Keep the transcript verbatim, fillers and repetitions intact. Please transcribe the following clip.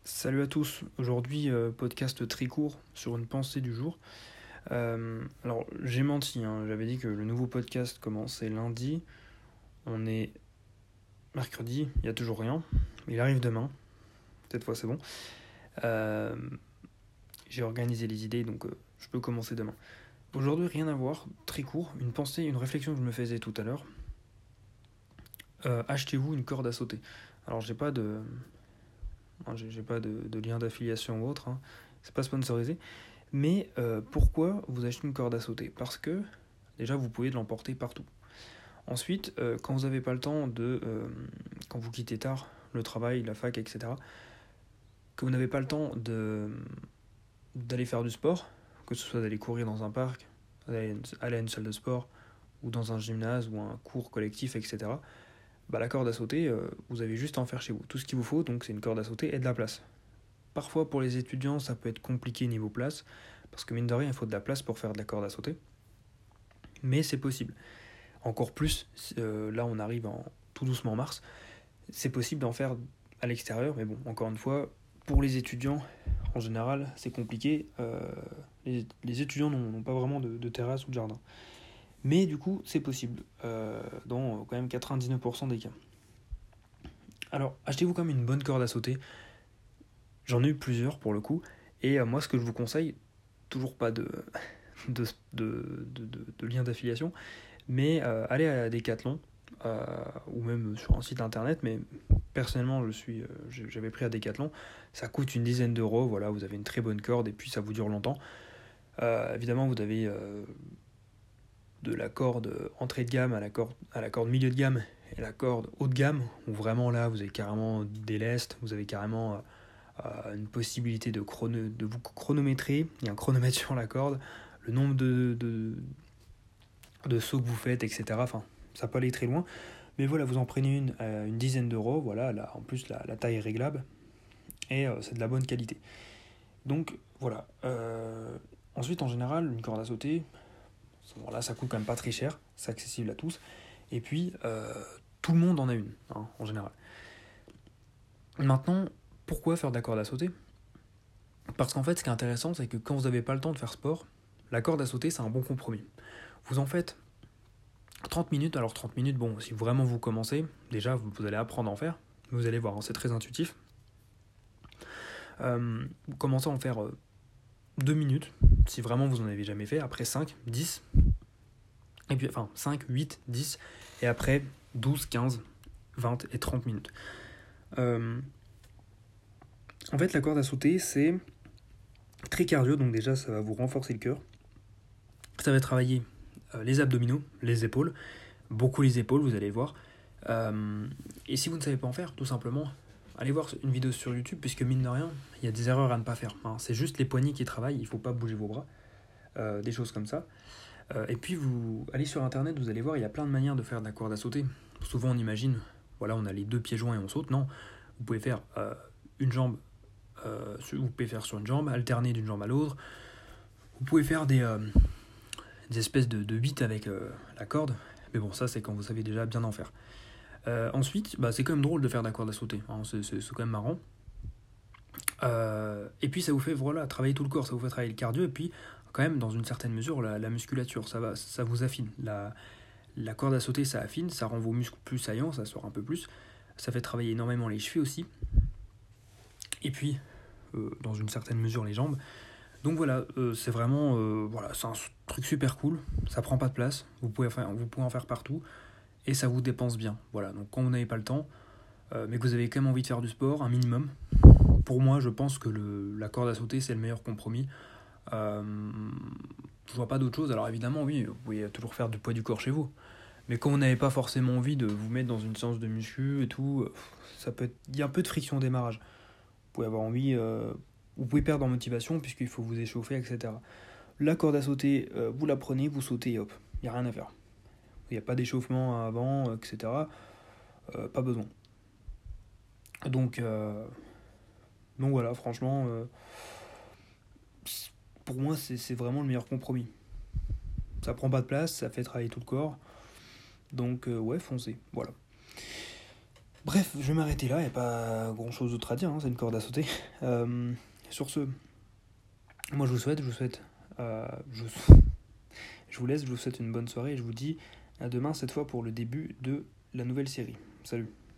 Salut à tous, aujourd'hui euh, podcast très court sur une pensée du jour. Euh, alors j'ai menti, hein, j'avais dit que le nouveau podcast commençait lundi, on est mercredi, il n'y a toujours rien, il arrive demain, cette fois c'est bon. Euh, j'ai organisé les idées donc euh, je peux commencer demain. Aujourd'hui rien à voir, très court, une pensée, une réflexion que je me faisais tout à l'heure. Euh, achetez-vous une corde à sauter. Alors j'ai pas de... J'ai, j'ai pas de, de lien d'affiliation ou autre, hein. C'est pas sponsorisé. Mais euh, pourquoi vous achetez une corde à sauter ? Parce que déjà vous pouvez l'emporter partout. Ensuite, euh, quand vous n'avez pas le temps de... Euh, quand vous quittez tard, le travail, la fac, et cetera, que vous n'avez pas le temps de, d'aller faire du sport, que ce soit d'aller courir dans un parc, aller à une salle de sport, ou dans un gymnase, ou un cours collectif, et cetera, bah, la corde à sauter, euh, vous avez juste à en faire chez vous. Tout ce qu'il vous faut, donc c'est une corde à sauter et de la place. Parfois pour les étudiants ça peut être compliqué niveau place, parce que mine de rien il faut de la place pour faire de la corde à sauter. Mais c'est possible. Encore plus, euh, là on arrive en, tout doucement en mars, c'est possible d'en faire à l'extérieur, mais bon, encore une fois, pour les étudiants, en général, c'est compliqué. Euh, les, les étudiants n'ont, n'ont pas vraiment de, de terrasse ou de jardin. Mais du coup, c'est possible, euh, dans quand même quatre-vingt-dix-neuf pour cent des cas. Alors, achetez-vous quand même une bonne corde à sauter. J'en ai eu plusieurs pour le coup. Et euh, moi, ce que je vous conseille, toujours pas de, de, de, de, de, de lien d'affiliation, mais euh, allez à Decathlon, euh, ou même sur un site internet, mais personnellement, je suis, euh, j'avais pris à Decathlon. Ça coûte une dizaine d'euros, voilà, vous avez une très bonne corde et puis ça vous dure longtemps. Euh, évidemment, vous avez... Euh, de la corde entrée de gamme à la corde, à la corde milieu de gamme et la corde haut de gamme, où vraiment là vous avez carrément des lestes, vous avez carrément euh, une possibilité de, chrono, de vous chronométrer, il y a un chronomètre sur la corde, le nombre de, de, de sauts que vous faites, et cetera. Enfin, ça peut aller très loin, mais voilà, vous en prenez une à une dizaine d'euros, voilà, là, en plus la, la taille est réglable, et euh, c'est de la bonne qualité. Donc voilà. Euh, ensuite, en général, une corde à sauter, bon, là ça coûte quand même pas très cher, c'est accessible à tous, et puis euh, tout le monde en a une, hein, en général. Maintenant, pourquoi faire de la corde à sauter ? Parce qu'en fait ce qui est intéressant, c'est que quand vous n'avez pas le temps de faire sport, la corde à sauter c'est un bon compromis. Vous en faites trente minutes, alors trente minutes, bon, si vraiment vous commencez, déjà vous, vous allez apprendre à en faire, vous allez voir, hein, c'est très intuitif. Euh, vous commencez à en faire euh, deux minutes, si vraiment vous n'en avez jamais fait, après cinq, dix, et puis enfin cinq, huit, dix, et après douze, quinze, vingt et trente minutes. Euh, en fait, la corde à sauter, c'est très cardio, donc déjà ça va vous renforcer le cœur. Ça va travailler euh, les abdominaux, les épaules, beaucoup les épaules, vous allez le voir. Euh, et si vous ne savez pas en faire, tout simplement, allez voir une vidéo sur YouTube, puisque mine de rien, il y a des erreurs à ne pas faire. Hein. C'est juste les poignets qui travaillent, il ne faut pas bouger vos bras, euh, des choses comme ça. Euh, et puis vous allez sur internet, vous allez voir, il y a plein de manières de faire de la corde à sauter. Souvent on imagine, voilà, on a les deux pieds joints et on saute. Non, vous pouvez faire euh, une jambe, euh, vous pouvez faire sur une jambe, alterner d'une jambe à l'autre. Vous pouvez faire des, euh, des espèces de, de beats avec euh, la corde. Mais bon, ça c'est quand vous savez déjà bien en faire. Euh, ensuite, bah, c'est quand même drôle de faire de la corde à sauter. Hein, c'est, c'est, c'est quand même marrant. Euh, et puis ça vous fait voilà, travailler tout le corps, ça vous fait travailler le cardio. Et puis quand même dans une certaine mesure la, la musculature, ça va, ça vous affine. La, la corde à sauter ça affine, ça rend vos muscles plus saillants, ça sort un peu plus, ça fait travailler énormément les chevilles aussi, et puis euh, dans une certaine mesure les jambes. Donc voilà, euh, c'est vraiment euh, voilà, c'est un truc super cool, ça prend pas de place, vous pouvez, faire, vous pouvez en faire partout, et ça vous dépense bien. Voilà, donc quand vous n'avez pas le temps, euh, mais que vous avez quand même envie de faire du sport, un minimum, pour moi je pense que le, la corde à sauter c'est le meilleur compromis. Euh, je vois pas d'autre chose. Alors évidemment oui, vous pouvez toujours faire du poids du corps chez vous, mais quand vous n'avez pas forcément envie de vous mettre dans une séance de muscu et tout, ça peut être, il y a un peu de friction au démarrage. Vous pouvez avoir envie, euh, vous pouvez perdre en motivation puisqu'il faut vous échauffer, et cetera. La corde à sauter, euh, vous la prenez, vous sautez et hop, il n'y a rien à faire. Il n'y a pas d'échauffement avant, et cetera. Euh, pas besoin. Donc, euh, donc voilà, franchement, euh, pour moi c'est, c'est vraiment le meilleur compromis. Ça prend pas de place, ça fait travailler tout le corps. Donc euh, ouais, foncez, voilà. Bref, je vais m'arrêter là, il n'y a pas grand chose d'autre à dire, hein, c'est une corde à sauter. Euh, sur ce, moi je vous souhaite, je vous souhaite, euh, je, je vous laisse, je vous souhaite une bonne soirée et je vous dis à demain cette fois pour le début de la nouvelle série. Salut.